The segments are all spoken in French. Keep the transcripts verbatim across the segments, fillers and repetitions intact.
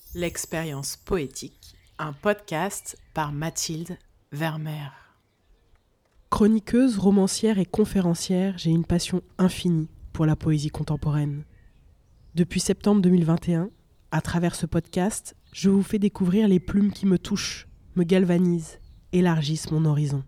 L'expérience poétique, un podcast par Mathilde Vermeer. Chroniqueuse, romancière et conférencière, j'ai une passion infinie pour la poésie contemporaine. Depuis septembre deux mille vingt et un, à travers ce podcast, je vous fais découvrir les plumes qui me touchent, me galvanisent, élargissent mon horizon.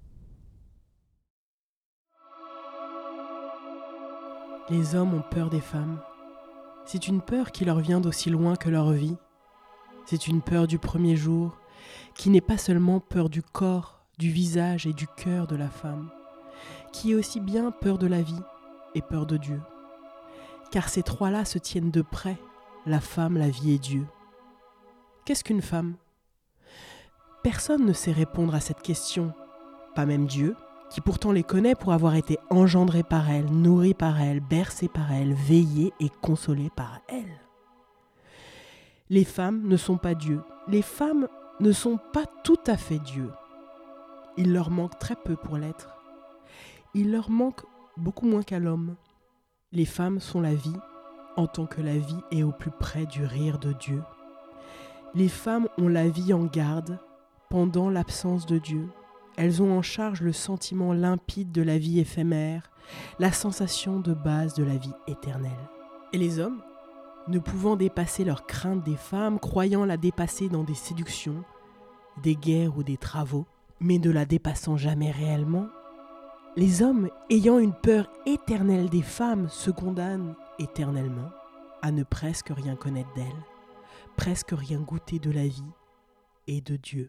Les hommes ont peur des femmes. C'est une peur qui leur vient d'aussi loin que leur vie. C'est une peur du premier jour, qui n'est pas seulement peur du corps, du visage et du cœur de la femme, qui est aussi bien peur de la vie et peur de Dieu. Car ces trois-là se tiennent de près, la femme, la vie et Dieu. Qu'est-ce qu'une femme ? Personne ne sait répondre à cette question, pas même Dieu, qui pourtant les connaît pour avoir été engendré par elle, nourri par elle, bercé par elle, veillé et consolé par elle. Les femmes ne sont pas Dieu. Les femmes ne sont pas tout à fait Dieu. Il leur manque très peu pour l'être. Il leur manque beaucoup moins qu'à l'homme. Les femmes sont la vie, en tant que la vie est au plus près du rire de Dieu. Les femmes ont la vie en garde pendant l'absence de Dieu. Elles ont en charge le sentiment limpide de la vie éphémère, la sensation de base de la vie éternelle. Et les hommes ? Ne pouvant dépasser leur crainte des femmes, croyant la dépasser dans des séductions, des guerres ou des travaux, mais ne la dépassant jamais réellement, les hommes, ayant une peur éternelle des femmes, se condamnent éternellement à ne presque rien connaître d'elles, presque rien goûter de la vie et de Dieu.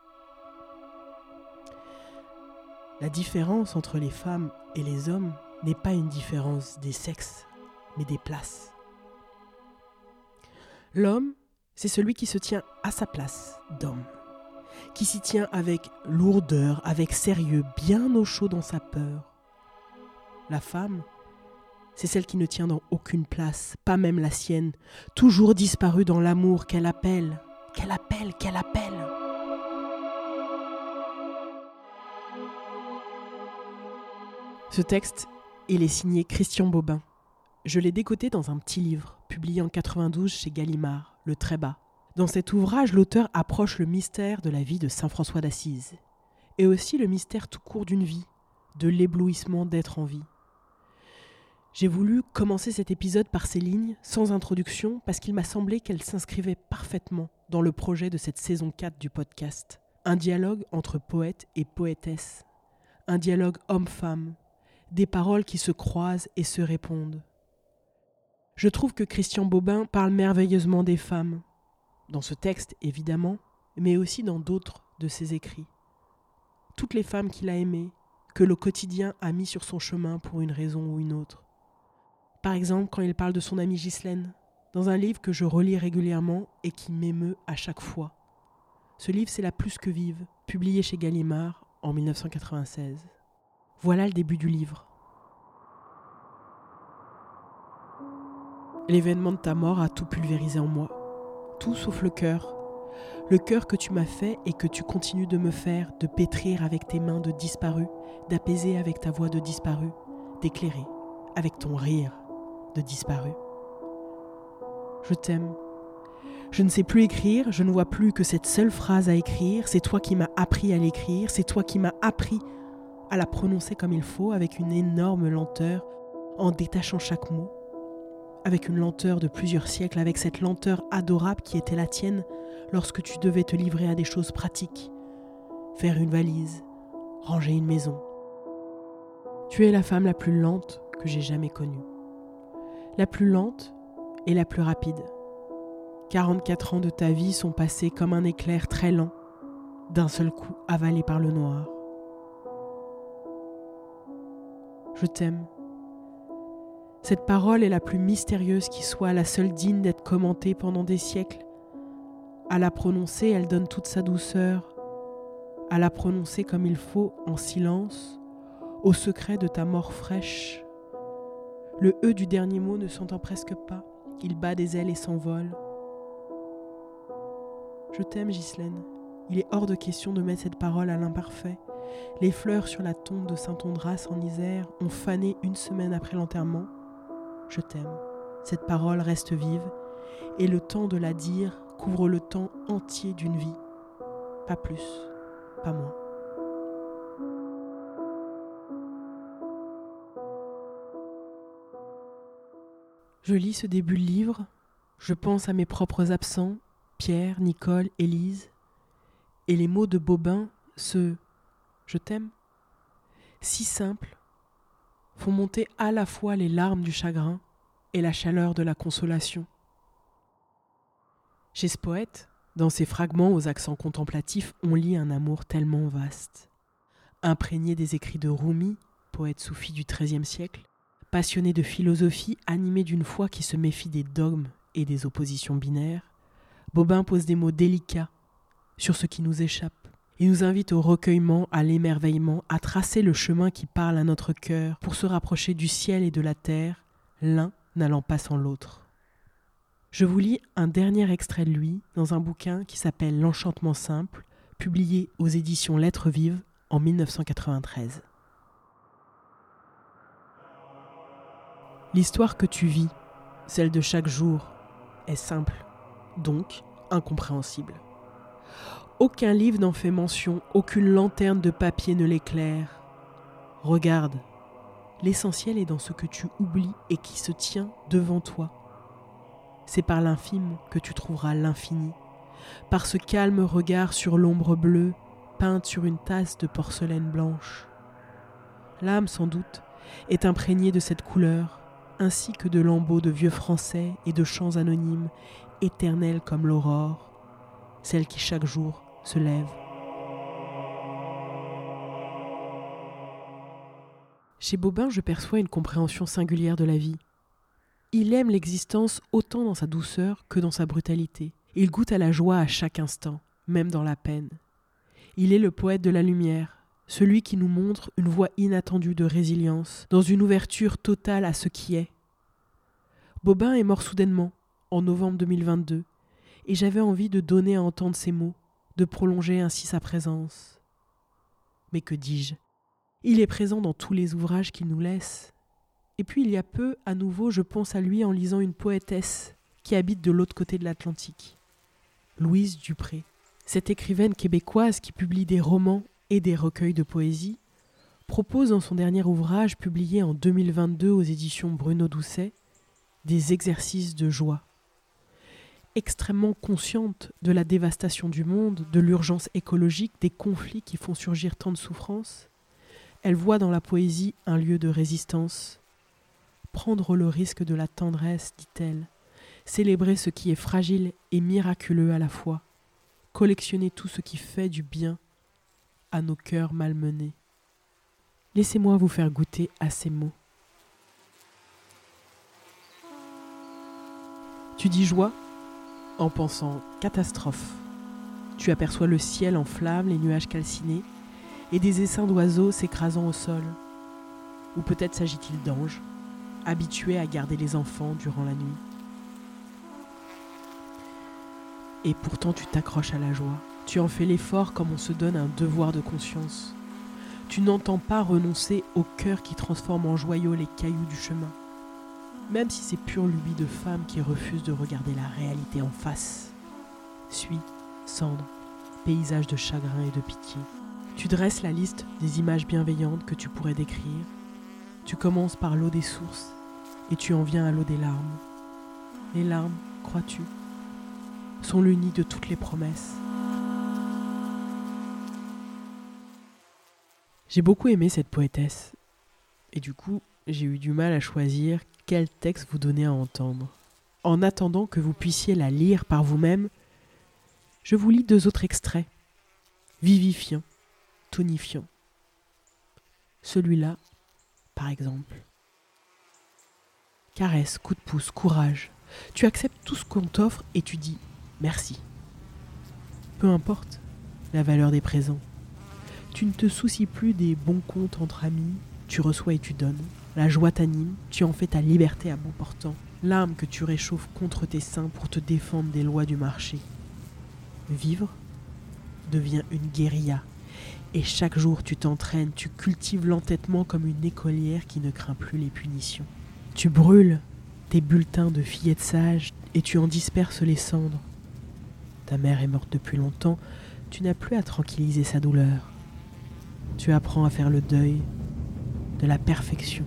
La différence entre les femmes et les hommes n'est pas une différence des sexes, mais des places. L'homme, c'est celui qui se tient à sa place d'homme, qui s'y tient avec lourdeur, avec sérieux, bien au chaud dans sa peur. La femme, c'est celle qui ne tient dans aucune place, pas même la sienne, toujours disparue dans l'amour qu'elle appelle, qu'elle appelle, qu'elle appelle. Ce texte, il est signé Christian Bobin. Je l'ai décoté dans un petit livre, publié en quatre-vingt-douze chez Gallimard, Le Très-Bas. Dans cet ouvrage, l'auteur approche le mystère de la vie de saint François d'Assise, et aussi le mystère tout court d'une vie, de l'éblouissement d'être en vie. J'ai voulu commencer cet épisode par ces lignes, sans introduction, parce qu'il m'a semblé qu'elles s'inscrivaient parfaitement dans le projet de cette saison quatre du podcast. Un dialogue entre poète et poétesse, un dialogue homme-femme, des paroles qui se croisent et se répondent. Je trouve que Christian Bobin parle merveilleusement des femmes, dans ce texte évidemment, mais aussi dans d'autres de ses écrits. Toutes les femmes qu'il a aimées, que le quotidien a mis sur son chemin pour une raison ou une autre. Par exemple, quand il parle de son amie Ghislaine, dans un livre que je relis régulièrement et qui m'émeut à chaque fois. Ce livre, c'est La plus que vive, publié chez Gallimard en dix-neuf cent quatre-vingt-seize. Voilà le début du livre. L'événement de ta mort a tout pulvérisé en moi, tout sauf le cœur. Le cœur que tu m'as fait et que tu continues de me faire, de pétrir avec tes mains de disparu, d'apaiser avec ta voix de disparu, d'éclairer avec ton rire de disparu. Je t'aime. Je ne sais plus écrire, je ne vois plus que cette seule phrase à écrire. C'est toi qui m'as appris à l'écrire, c'est toi qui m'as appris à la prononcer comme il faut, avec une énorme lenteur, en détachant chaque mot. Avec une lenteur de plusieurs siècles, avec cette lenteur adorable qui était la tienne lorsque tu devais te livrer à des choses pratiques, faire une valise, ranger une maison. Tu es la femme la plus lente que j'ai jamais connue. La plus lente et la plus rapide. quarante-quatre ans de ta vie sont passés comme un éclair très lent, d'un seul coup avalé par le noir. Je t'aime. Cette parole est la plus mystérieuse qui soit, la seule digne d'être commentée pendant des siècles. À la prononcer, elle donne toute sa douceur. À la prononcer comme il faut, en silence, au secret de ta mort fraîche. Le « e » du dernier mot ne s'entend presque pas. Il bat des ailes et s'envole. Je t'aime, Ghislaine. Il est hors de question de mettre cette parole à l'imparfait. Les fleurs sur la tombe de Saint-Ondras en Isère ont fané une semaine après l'enterrement. Je t'aime. Cette parole reste vive et le temps de la dire couvre le temps entier d'une vie. Pas plus, pas moins. Je lis ce début de livre, je pense à mes propres absents, Pierre, Nicole, Élise, et les mots de Bobin, ce « je t'aime », si simples, font monter à la fois les larmes du chagrin et la chaleur de la consolation. Chez ce poète, dans ces fragments aux accents contemplatifs, on lit un amour tellement vaste. Imprégné des écrits de Rumi, poète soufi du treizième siècle, passionné de philosophie, animé d'une foi qui se méfie des dogmes et des oppositions binaires, Bobin pose des mots délicats sur ce qui nous échappe. Il nous invite au recueillement, à l'émerveillement, à tracer le chemin qui parle à notre cœur pour se rapprocher du ciel et de la terre, l'un n'allant pas sans l'autre. Je vous lis un dernier extrait de lui dans un bouquin qui s'appelle L'Enchantement simple, publié aux éditions Lettres Vives en mille neuf cent quatre-vingt-treize. L'histoire que tu vis, celle de chaque jour, est simple, donc incompréhensible. Aucun livre n'en fait mention, aucune lanterne de papier ne l'éclaire. Regarde, l'essentiel est dans ce que tu oublies et qui se tient devant toi. C'est par l'infime que tu trouveras l'infini, par ce calme regard sur l'ombre bleue, peinte sur une tasse de porcelaine blanche. L'âme, sans doute, est imprégnée de cette couleur, ainsi que de lambeaux de vieux français et de chants anonymes, éternels comme l'aurore, celle qui chaque jour se lève. Chez Bobin, je perçois une compréhension singulière de la vie. Il aime l'existence autant dans sa douceur que dans sa brutalité. Il goûte à la joie à chaque instant, même dans la peine. Il est le poète de la lumière, celui qui nous montre une voie inattendue de résilience, dans une ouverture totale à ce qui est. Bobin est mort soudainement, en novembre deux mille vingt-deux, et j'avais envie de donner à entendre ces mots, de prolonger ainsi sa présence. Mais que dis-je ? Il est présent dans tous les ouvrages qu'il nous laisse. Et puis il y a peu, à nouveau, je pense à lui en lisant une poétesse qui habite de l'autre côté de l'Atlantique, Louise Dupré. Cette écrivaine québécoise qui publie des romans et des recueils de poésie propose dans son dernier ouvrage publié en deux mille vingt-deux aux éditions Bruno Doucet des exercices de joie. Extrêmement consciente de la dévastation du monde, de l'urgence écologique, des conflits qui font surgir tant de souffrances, elle voit dans la poésie un lieu de résistance. Prendre le risque de la tendresse, dit-elle, célébrer ce qui est fragile et miraculeux à la fois, collectionner tout ce qui fait du bien à nos cœurs malmenés. Laissez-moi vous faire goûter à ces mots. Tu dis joie en pensant catastrophe. Tu aperçois le ciel en flammes, les nuages calcinés et des essaims d'oiseaux s'écrasant au sol. Ou peut-être s'agit-il d'anges, habitués à garder les enfants durant la nuit. Et pourtant tu t'accroches à la joie. Tu en fais l'effort comme on se donne un devoir de conscience. Tu n'entends pas renoncer au cœur qui transforme en joyaux les cailloux du chemin. Même si c'est pure lubie de femme qui refuse de regarder la réalité en face. Suie, cendre, paysage de chagrin et de pitié. Tu dresses la liste des images bienveillantes que tu pourrais décrire. Tu commences par l'eau des sources et tu en viens à l'eau des larmes. Les larmes, crois-tu, sont le nid de toutes les promesses. J'ai beaucoup aimé cette poétesse et du coup, j'ai eu du mal à choisir quel texte vous donner à entendre. En attendant que vous puissiez la lire par vous-même, je vous lis deux autres extraits, vivifiants, tonifiants. Celui-là, par exemple. Caresse, coup de pouce, courage. Tu acceptes tout ce qu'on t'offre et tu dis merci. Peu importe la valeur des présents. Tu ne te soucies plus des bons comptes entre amis, tu reçois et tu donnes. La joie t'anime, tu en fais ta liberté à bout portant. L'âme que tu réchauffes contre tes seins pour te défendre des lois du marché. Vivre devient une guérilla. Et chaque jour tu t'entraînes, tu cultives l'entêtement comme une écolière qui ne craint plus les punitions. Tu brûles tes bulletins de fillette sage et tu en disperses les cendres. ta mère est morte depuis longtemps, tu n'as plus à tranquilliser sa douleur. Tu apprends à faire le deuil de la perfection.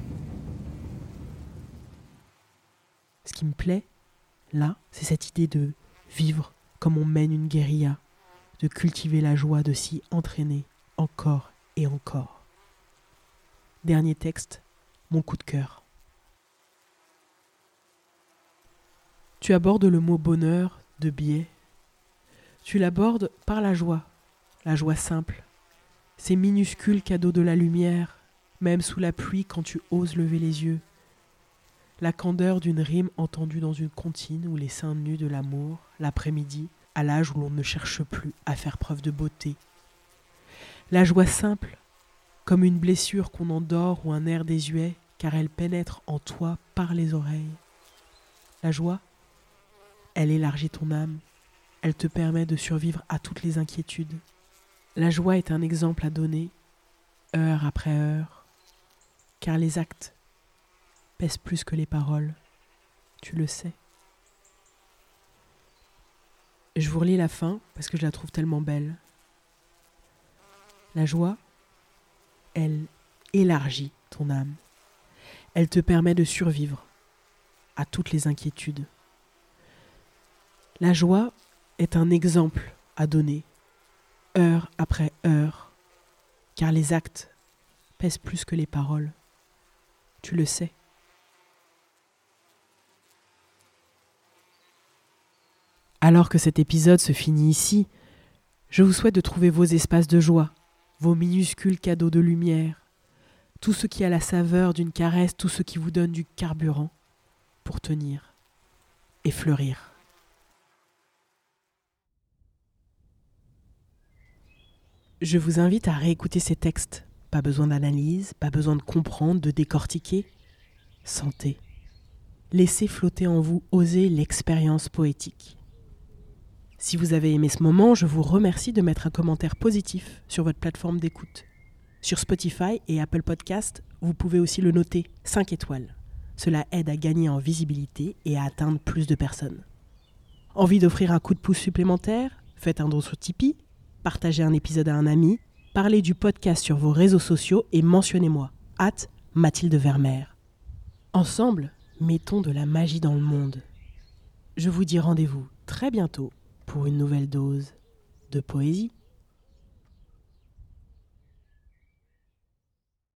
Ce qui me plaît, là, c'est cette idée de vivre comme on mène une guérilla, de cultiver la joie de s'y entraîner encore et encore. Dernier texte, mon coup de cœur. Tu abordes le mot bonheur de biais. Tu l'abordes par la joie, la joie simple. Ces minuscules cadeaux de la lumière, même sous la pluie quand tu oses lever les yeux. La candeur d'une rime entendue dans une comptine ou les seins nus de l'amour, l'après-midi, à l'âge où l'on ne cherche plus à faire preuve de beauté. La joie simple, comme une blessure qu'on endort ou un air désuet, car elle pénètre en toi par les oreilles. La joie, elle élargit ton âme, elle te permet de survivre à toutes les inquiétudes. La joie est un exemple à donner, heure après heure, car les actes pèsent plus que les paroles, tu le sais. Je vous relis la fin parce que je la trouve tellement belle. La joie, elle élargit ton âme. Elle te permet de survivre à toutes les inquiétudes. La joie est un exemple à donner, heure après heure, car les actes pèsent plus que les paroles. Tu le sais. Alors que cet épisode se finit ici, je vous souhaite de trouver vos espaces de joie, vos minuscules cadeaux de lumière, tout ce qui a la saveur d'une caresse, tout ce qui vous donne du carburant pour tenir et fleurir. Je vous invite à réécouter ces textes. Pas besoin d'analyse, pas besoin de comprendre, de décortiquer. Sentez. Laissez flotter en vous, osez l'expérience poétique. Si vous avez aimé ce moment, je vous remercie de mettre un commentaire positif sur votre plateforme d'écoute. Sur Spotify et Apple Podcast, vous pouvez aussi le noter cinq étoiles. Cela aide à gagner en visibilité et à atteindre plus de personnes. Envie d'offrir un coup de pouce supplémentaire ? Faites un don sur Tipeee, partagez un épisode à un ami, parlez du podcast sur vos réseaux sociaux et mentionnez-moi, hâte Mathilde Vermeer. Ensemble, mettons de la magie dans le monde. Je vous dis rendez-vous très bientôt pour une nouvelle dose de poésie.